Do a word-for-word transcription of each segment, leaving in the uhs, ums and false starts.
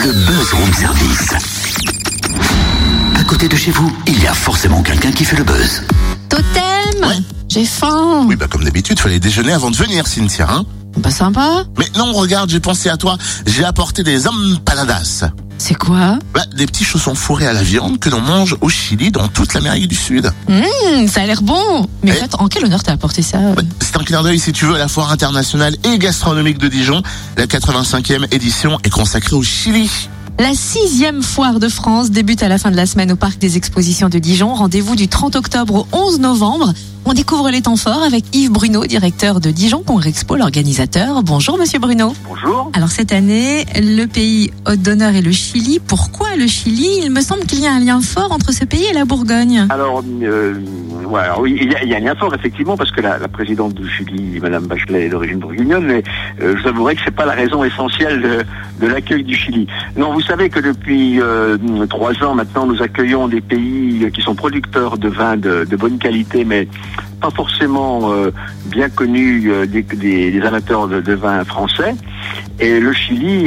Le Buzz Room Service. À côté de chez vous, il y a forcément quelqu'un qui fait le buzz. Totem, Ouais. J'ai faim. Oui, bah comme d'habitude, fallait déjeuner avant de venir, Cynthia. Hein Pas sympa. Mais non, regarde, j'ai pensé à toi. J'ai apporté des empanadas. C'est quoi? Bah, des petits chaussons fourrés à la viande que l'on mange au Chili, dans toute l'Amérique du Sud. Mmh, ça a l'air bon. Mais Eh en fait, en quel honneur t'as apporté ça? Ouais, c'est un clin d'œil, si tu veux, à la foire internationale et gastronomique de Dijon. La quatre-vingt-cinquième édition est consacrée au Chili. La sixième foire de France débute à la fin de la semaine au Parc des Expositions de Dijon. Rendez-vous du trente octobre au onze novembre. On découvre les temps forts avec Yves Bruno, directeur de Dijon Congrexpo, l'organisateur. Bonjour Monsieur Bruno. Bonjour. Alors cette année, le pays hôte d'honneur est le Chili. Pourquoi le Chili? Il me semble qu'il y a un lien fort entre ce pays et la Bourgogne. Alors, euh, ouais, alors oui, il y, a, il y a un lien fort effectivement parce que la, la présidente du Chili, Madame Bachelet, est d'origine bourguignonne, mais euh, je vous avouerai que c'est pas la raison essentielle de, de l'accueil du Chili. Non, vous savez que depuis euh, trois ans maintenant, nous accueillons des pays qui sont producteurs de vins de, de bonne qualité, mais pas forcément euh, bien connus euh, des, des, des amateurs de, de vins français. Et le Chili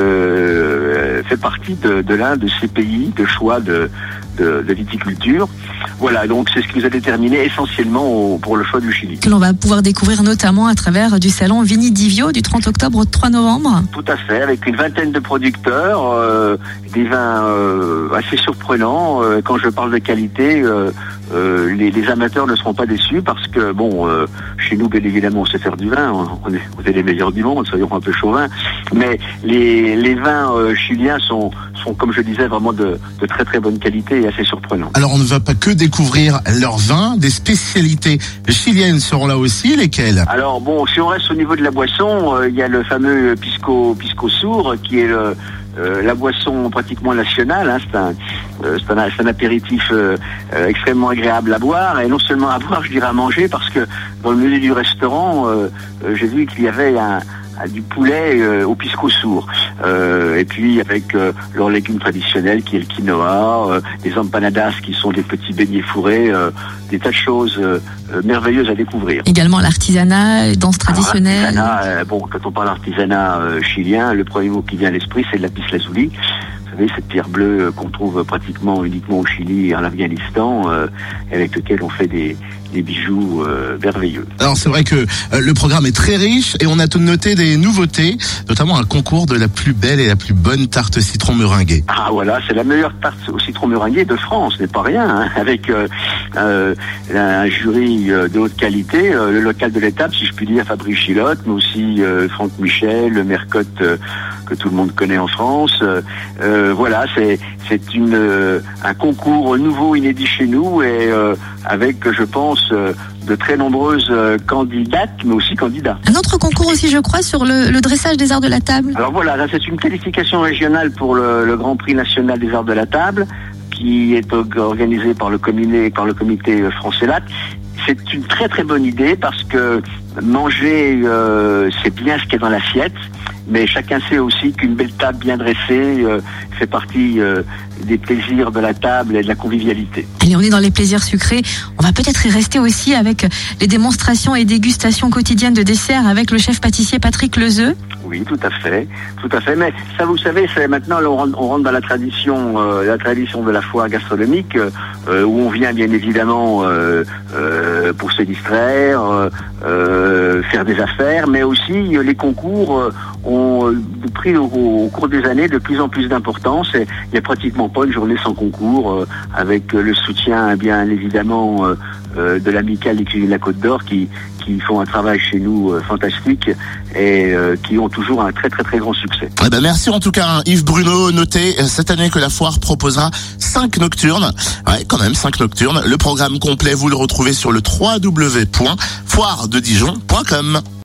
euh, fait partie de, de l'un de ces pays de choix de, de, de viticulture. Voilà, donc c'est ce qui nous a déterminé essentiellement au, pour le choix du Chili. Que l'on va pouvoir découvrir notamment à travers du salon Vini Divio du trente octobre au trois novembre. Tout à fait, avec une vingtaine de producteurs, euh, des vins euh, assez surprenants. Euh, quand je parle de qualité, euh, euh, les, les amateurs ne seront pas déçus parce que, bon, euh, chez nous, bien évidemment, on sait faire du vin, on est, on est les meilleurs du monde, soyons un peu chauvins, mais les, les vins euh, chiliens sont, sont, comme je disais, vraiment de, de très très bonne qualité et assez surprenants. Alors, on ne va pas que découvrir leurs vins, des spécialités chiliennes seront là aussi, lesquelles? Alors bon, si on reste au niveau de la boisson, il euh, y a le fameux pisco, pisco sour qui est le Euh, la boisson pratiquement nationale, hein, c'est un, euh, c'est un, c'est un apéritif euh, euh, extrêmement agréable à boire, et non seulement à boire, je dirais à manger, parce que dans le menu du restaurant, euh, euh, j'ai vu qu'il y avait un, un, du poulet euh, au pisco sour, euh, et puis avec euh, leurs légumes traditionnels qui est le quinoa, euh, les empanadas qui sont des petits beignets fourrés, euh, des tas de choses euh, euh, merveilleuses à découvrir. Également l'artisanat, danse traditionnelle. Alors, l'artisanat, euh, bon, quand on parle d'artisanat euh, chilien, le premier mot qui vient à l'esprit, c'est le lapis lazuli. Vous savez, cette pierre bleue euh, qu'on trouve pratiquement uniquement au Chili et en Afghanistan, euh, avec lequel on fait des, des bijoux euh, merveilleux. Alors c'est vrai que euh, le programme est très riche et on a tout noté des nouveautés, notamment un concours de la plus belle et la plus bonne tarte citron meringuée. Ah voilà, c'est la meilleure tarte au citron meringuée de France, ce n'est pas rien, hein, avec euh, euh, un jury euh, de haute qualité, euh, le local de l'étape, si je puis dire, Fabrice Chilotte, mais aussi euh, Franck Michel, le Mercotte euh, que tout le monde connaît en France. Euh, euh, voilà, c'est c'est une euh, un concours nouveau, inédit chez nous, et euh, avec, je pense, euh, de très nombreuses euh, candidates, mais aussi candidats. Un autre concours aussi, je crois, sur le, le dressage des arts de la table. Alors voilà, là, c'est une qualification régionale pour le, le Grand Prix national des arts de la table, qui est organisé par le comité, par le comité France-Elat. C'est une très très bonne idée parce que manger, euh, c'est bien ce qu'il y a dans l'assiette, mais chacun sait aussi qu'une belle table bien dressée euh, fait partie euh, des plaisirs de la table et de la convivialité. Allez, on est dans les plaisirs sucrés. On va peut-être y rester aussi avec les démonstrations et dégustations quotidiennes de desserts avec le chef pâtissier Patrick Lezeux. Oui, tout à fait, tout à fait. Mais ça, vous savez, c'est maintenant là, on rentre, on rentre dans la tradition, euh, la tradition de la foire gastronomique, euh, où on vient bien évidemment euh, euh, pour se distraire, euh, euh, faire des affaires, mais aussi euh, les concours euh, ont euh, pris au, au cours des années de plus en plus d'importance. Et il n'y a pratiquement pas une journée sans concours, euh, avec euh, le soutien, bien évidemment, euh, euh, de l'amicale des cuisines de la Côte d'Or qui qui font un travail chez nous euh, fantastique et euh, qui ont toujours un très très très grand succès. Eh ben merci en tout cas hein, Yves Bruno. Notez euh, cette année que la foire proposera cinq nocturnes. Ouais, quand même cinq nocturnes. Le programme complet, vous le retrouvez sur le w w w point foire de dijon point com.